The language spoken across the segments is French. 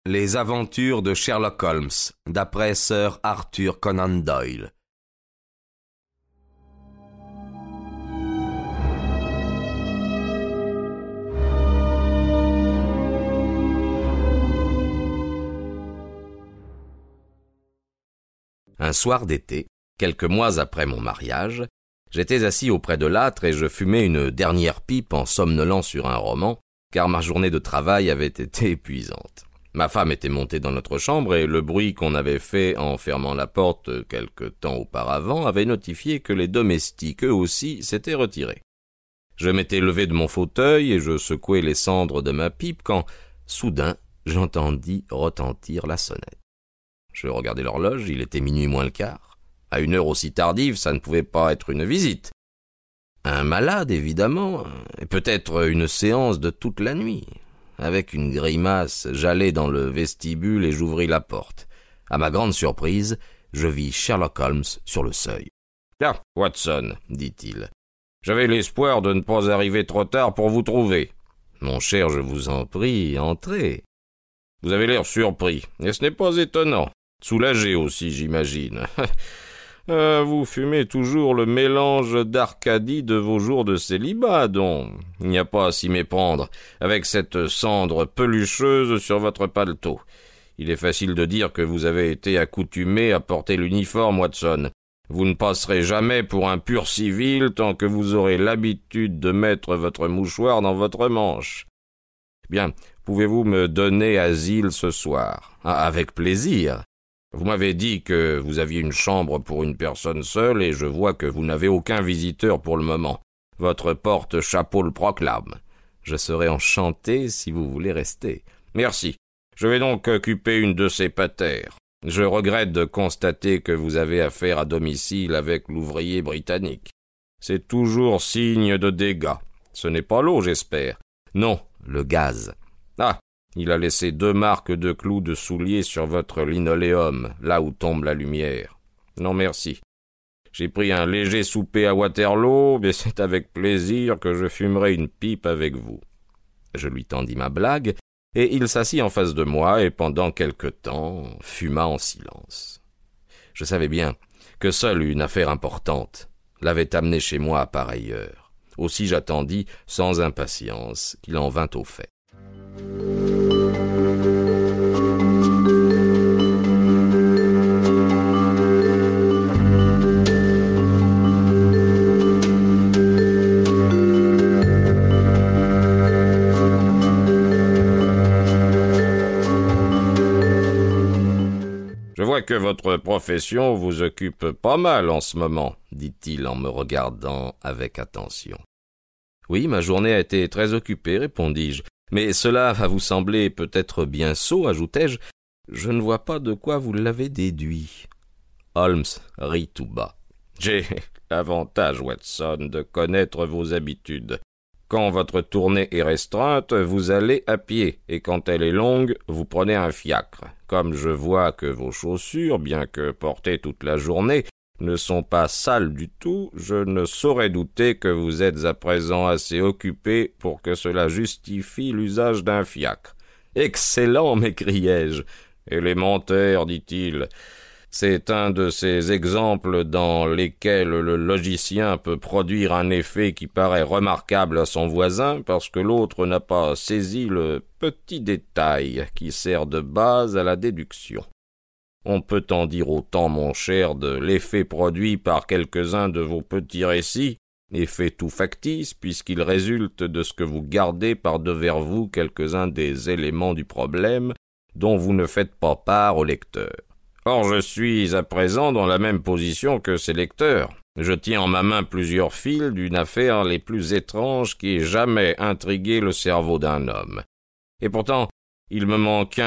Les aventures de Sherlock Holmes, d'après Sir Arthur Conan Doyle. Un soir d'été, quelques mois après mon mariage, j'étais assis auprès de l'âtre et je fumais une dernière pipe en somnolant sur un roman, car ma journée de travail avait été épuisante. Ma femme était montée dans notre chambre et le bruit qu'on avait fait en fermant la porte quelque temps auparavant avait notifié que les domestiques, eux aussi, s'étaient retirés. Je m'étais levé de mon fauteuil et je secouais les cendres de ma pipe quand, soudain, j'entendis retentir la sonnette. Je regardai l'horloge, il était minuit moins le quart. À une heure aussi tardive, ça ne pouvait pas être une visite. Un malade, évidemment, et peut-être une séance de toute la nuit. Avec une grimace, j'allai dans le vestibule et j'ouvris la porte. À ma grande surprise, je vis Sherlock Holmes sur le seuil. « Ah, Watson, dit-il, j'avais l'espoir de ne pas arriver trop tard pour vous trouver. Mon cher, je vous en prie, entrez. Vous avez l'air surpris, et ce n'est pas étonnant. Soulagé aussi, j'imagine. Vous fumez toujours le mélange d'Arcadie de vos jours de célibat, donc il n'y a pas à s'y méprendre, avec cette cendre pelucheuse sur votre paletot. Il est facile de dire que vous avez été accoutumé à porter l'uniforme, Watson. Vous ne passerez jamais pour un pur civil tant que vous aurez l'habitude de mettre votre mouchoir dans votre manche. Bien, pouvez-vous me donner asile ce soir? Avec plaisir. Vous m'avez dit que vous aviez une chambre pour une personne seule et je vois que vous n'avez aucun visiteur pour le moment. Votre porte-chapeau le proclame. Je serai enchanté si vous voulez rester. Merci. Je vais donc occuper une de ces patères. Je regrette de constater que vous avez affaire à domicile avec l'ouvrier britannique. C'est toujours signe de dégâts. Ce n'est pas l'eau, j'espère. Non, le gaz. Ah, il a laissé 2 marques de clous de souliers sur votre linoléum, là où tombe la lumière. Non, merci. J'ai pris un léger souper à Waterloo, mais c'est avec plaisir que je fumerai une pipe avec vous. Je lui tendis ma blague, et il s'assit en face de moi, et pendant quelque temps fuma en silence. Je savais bien que seule une affaire importante l'avait amené chez moi à pareille heure. Aussi j'attendis, sans impatience, qu'il en vînt au fait. Je vois que votre profession vous occupe pas mal en ce moment, dit-il en me regardant avec attention. Oui, ma journée a été très occupée, répondis-je. Mais cela va vous sembler peut-être bien sot, ajoutai-je. Je ne vois pas de quoi vous l'avez déduit. Holmes rit tout bas. J'ai l'avantage, Watson, de connaître vos habitudes. Quand votre tournée est restreinte, vous allez à pied, et quand elle est longue, vous prenez un fiacre. Comme je vois que vos chaussures, bien que portées toute la journée, ne sont pas sales du tout, je ne saurais douter que vous êtes à présent assez occupé pour que cela justifie l'usage d'un fiacre. Excellent, m'écriai-je. Élémentaire, dit-il. C'est un de ces exemples dans lesquels le logicien peut produire un effet qui paraît remarquable à son voisin parce que l'autre n'a pas saisi le petit détail qui sert de base à la déduction. On peut en dire autant, mon cher, de l'effet produit par quelques-uns de vos petits récits, effet tout factice, puisqu'il résulte de ce que vous gardez par devers vous quelques-uns des éléments du problème dont vous ne faites pas part au lecteur. Or, je suis à présent dans la même position que ces lecteurs. Je tiens en ma main plusieurs fils d'une affaire les plus étranges qui ait jamais intrigué le cerveau d'un homme. Et pourtant, il me manque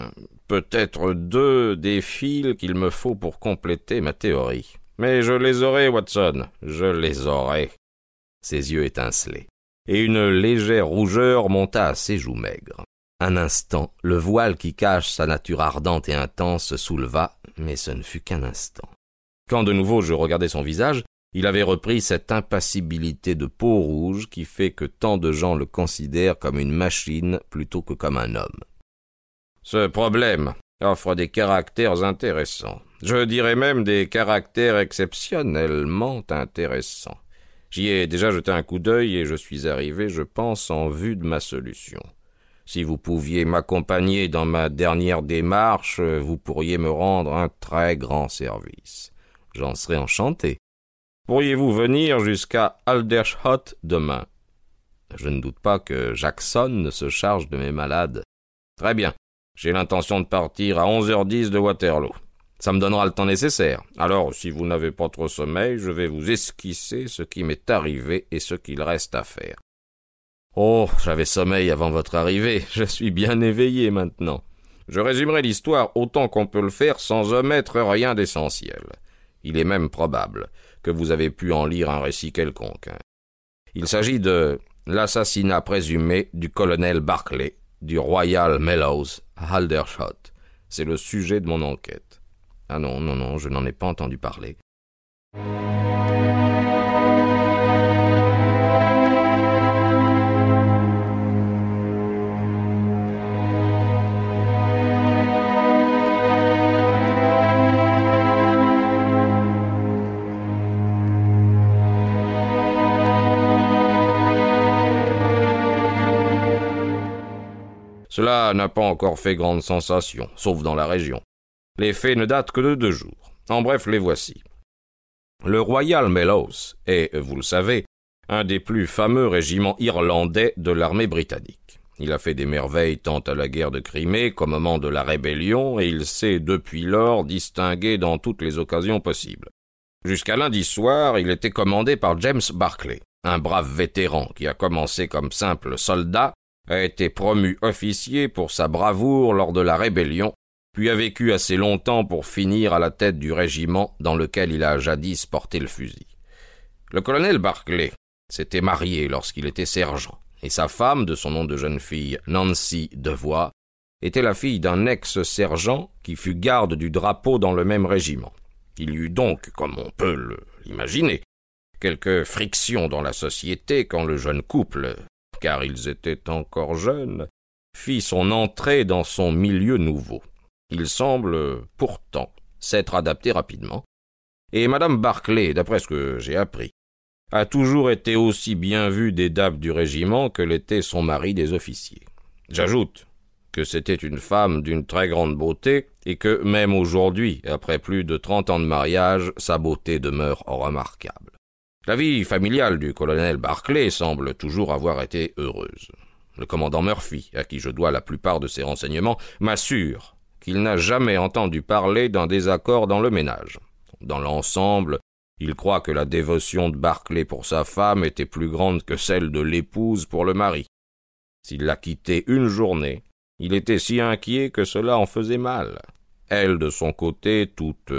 peut-être 2 des fils qu'il me faut pour compléter ma théorie. Mais je les aurai, Watson, je les aurai. Ses yeux étincelaient, et une légère rougeur monta à ses joues maigres. Un instant, le voile qui cache sa nature ardente et intense se souleva, mais ce ne fut qu'un instant. Quand de nouveau je regardai son visage, il avait repris cette impassibilité de peau rouge qui fait que tant de gens le considèrent comme une machine plutôt que comme un homme. Ce problème offre des caractères intéressants. Je dirais même des caractères exceptionnellement intéressants. J'y ai déjà jeté un coup d'œil et je suis arrivé, je pense, en vue de ma solution. Si vous pouviez m'accompagner dans ma dernière démarche, vous pourriez me rendre un très grand service. J'en serais enchanté. Pourriez-vous venir jusqu'à Aldershot demain? Je ne doute pas que Jackson se charge de mes malades. Très bien. J'ai l'intention de partir à 11h10 de Waterloo. Ça me donnera le temps nécessaire. Alors, si vous n'avez pas trop sommeil, je vais vous esquisser ce qui m'est arrivé et ce qu'il reste à faire. Oh, j'avais sommeil avant votre arrivée. Je suis bien éveillé maintenant. Je résumerai l'histoire autant qu'on peut le faire sans omettre rien d'essentiel. Il est même probable que vous avez pu en lire un récit quelconque. Il s'agit de l'assassinat présumé du colonel Barclay du Royal Mellows à Aldershot. C'est le sujet de mon enquête. Ah non, je n'en ai pas entendu parler. Cela n'a pas encore fait grande sensation, sauf dans la région. Les faits ne datent que de 2 jours. En bref, les voici. Le Royal Mellows est, vous le savez, un des plus fameux régiments irlandais de l'armée britannique. Il a fait des merveilles tant à la guerre de Crimée qu'au moment de la rébellion, et il s'est depuis lors distingué dans toutes les occasions possibles. Jusqu'à lundi soir, il était commandé par James Barclay, un brave vétéran qui a commencé comme simple soldat, a été promu officier pour sa bravoure lors de la rébellion, puis a vécu assez longtemps pour finir à la tête du régiment dans lequel il a jadis porté le fusil. Le colonel Barclay s'était marié lorsqu'il était sergent, et sa femme, de son nom de jeune fille Nancy Devoy, était la fille d'un ex-sergent qui fut garde du drapeau dans le même régiment. Il y eut donc, comme on peut l'imaginer, quelques frictions dans la société quand le jeune couple, car ils étaient encore jeunes, fit son entrée dans son milieu nouveau. Il semble, pourtant, s'être adapté rapidement, et Madame Barclay, d'après ce que j'ai appris, a toujours été aussi bien vue des dames du régiment que l'était son mari des officiers. J'ajoute que c'était une femme d'une très grande beauté, et que, même aujourd'hui, après plus de 30 ans de mariage, sa beauté demeure remarquable. La vie familiale du colonel Barclay semble toujours avoir été heureuse. Le commandant Murphy, à qui je dois la plupart de ces renseignements, m'assure qu'il n'a jamais entendu parler d'un désaccord dans le ménage. Dans l'ensemble, il croit que la dévotion de Barclay pour sa femme était plus grande que celle de l'épouse pour le mari. S'il la quittait une journée, il était si inquiet que cela en faisait mal. Elle, de son côté, toute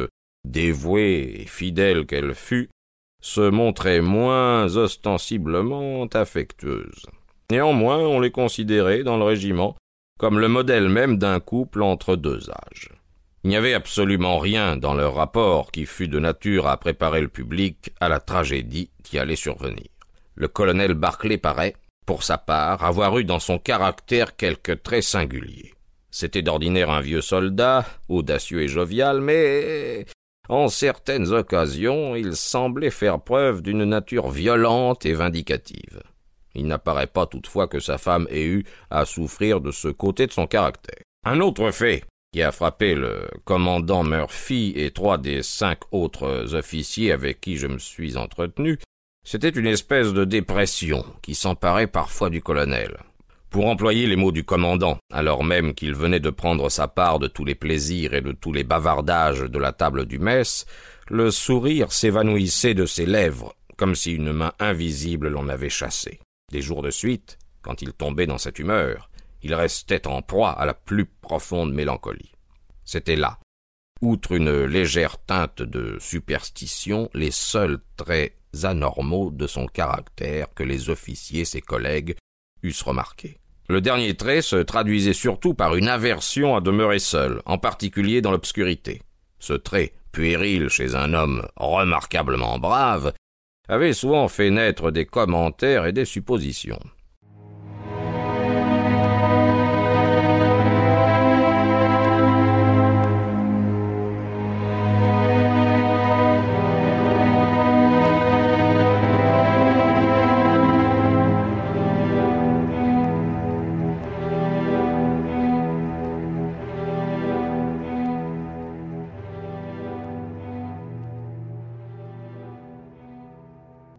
dévouée et fidèle qu'elle fût, se montrait moins ostensiblement affectueuse. Néanmoins, on les considérait, dans le régiment, comme le modèle même d'un couple entre 2 âges. Il n'y avait absolument rien dans leur rapport qui fût de nature à préparer le public à la tragédie qui allait survenir. Le colonel Barclay paraît, pour sa part, avoir eu dans son caractère quelques traits singuliers. C'était d'ordinaire un vieux soldat, audacieux et jovial, mais en certaines occasions, il semblait faire preuve d'une nature violente et vindicative. Il n'apparaît pas toutefois que sa femme ait eu à souffrir de ce côté de son caractère. Un autre fait qui a frappé le commandant Murphy et 3 des 5 autres officiers avec qui je me suis entretenu, c'était une espèce de dépression qui s'emparait parfois du colonel. Pour employer les mots du commandant, alors même qu'il venait de prendre sa part de tous les plaisirs et de tous les bavardages de la table du mess, le sourire s'évanouissait de ses lèvres, comme si une main invisible l'en avait chassé. Des jours de suite, quand il tombait dans cette humeur, il restait en proie à la plus profonde mélancolie. C'était là, outre une légère teinte de superstition, les seuls traits anormaux de son caractère que les officiers, ses collègues, eussent remarqué. Le dernier trait se traduisait surtout par une aversion à demeurer seul, en particulier dans l'obscurité. Ce trait, puéril chez un homme remarquablement brave, avait souvent fait naître des commentaires et des suppositions.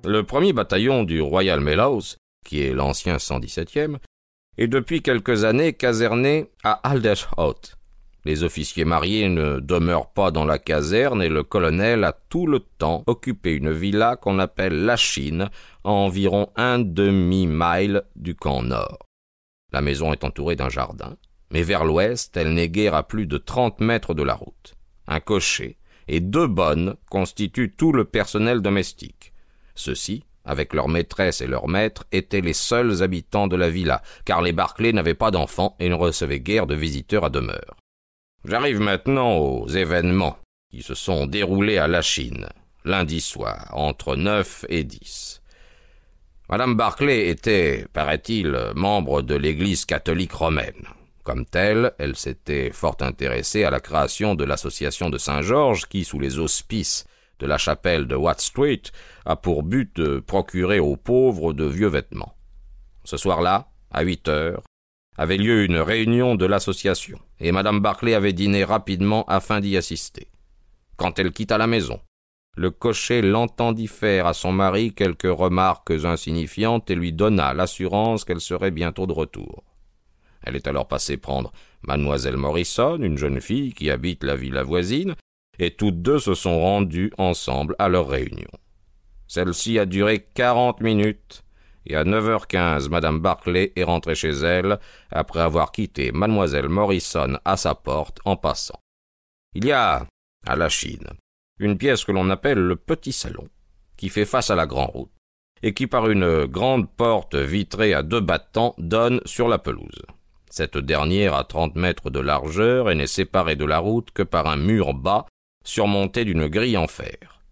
Le 1er bataillon du Royal Mellows, qui est l'ancien 117e, est depuis quelques années caserné à Aldershot. Les officiers mariés ne demeurent pas dans la caserne et le colonel a tout le temps occupé une villa qu'on appelle Lachine, à environ un demi-mile du camp nord. La maison est entourée d'un jardin, mais vers l'ouest, elle n'est guère à plus de 30 mètres de la route. Un cocher et 2 bonnes constituent tout le personnel domestique. Ceux-ci, avec leur maîtresse et leur maître, étaient les seuls habitants de la villa, car les Barclay n'avaient pas d'enfants et ne recevaient guère de visiteurs à demeure. J'arrive maintenant aux événements qui se sont déroulés à Lachine, lundi soir, entre 9 et 10. Madame Barclay était, paraît-il, membre de l'Église catholique romaine. Comme telle, elle s'était fort intéressée à la création de l'association de Saint-Georges qui, sous les auspices de la chapelle de Watt Street, a pour but de procurer aux pauvres de vieux vêtements. Ce soir-là, à 8 heures, avait lieu une réunion de l'association, et Madame Barclay avait dîné rapidement afin d'y assister. Quand elle quitta la maison, le cocher l'entendit faire à son mari quelques remarques insignifiantes et lui donna l'assurance qu'elle serait bientôt de retour. Elle est alors passée prendre Mademoiselle Morrison, une jeune fille qui habite la villa voisine, et toutes deux se sont rendues ensemble à leur réunion. Celle-ci a duré 40 minutes, et à 9h15, Madame Barclay est rentrée chez elle, après avoir quitté Mademoiselle Morrison à sa porte en passant. Il y a, à Lachine, une pièce que l'on appelle le petit salon, qui fait face à la grande route, et qui par une grande porte vitrée à 2 battants donne sur la pelouse. Cette dernière a 30 mètres de largeur et n'est séparée de la route que par un mur bas surmonté d'une grille en fer.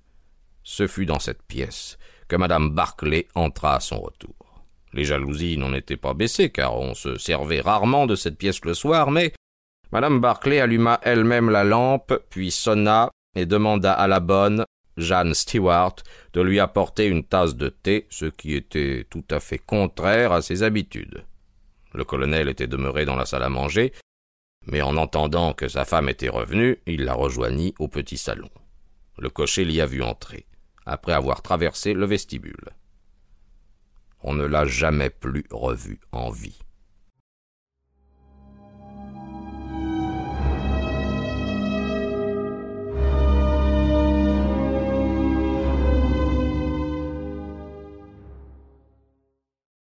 Ce fut dans cette pièce que Madame Barclay entra à son retour. Les jalousies n'en étaient pas baissées, car on se servait rarement de cette pièce le soir, mais Madame Barclay alluma elle-même la lampe, puis sonna et demanda à la bonne, Jeanne Stewart, de lui apporter une tasse de thé, ce qui était tout à fait contraire à ses habitudes. Le colonel était demeuré dans la salle à manger, mais en entendant que sa femme était revenue, il la rejoignit au petit salon. Le cocher l'y a vu entrer, après avoir traversé le vestibule. On ne l'a jamais plus revu en vie.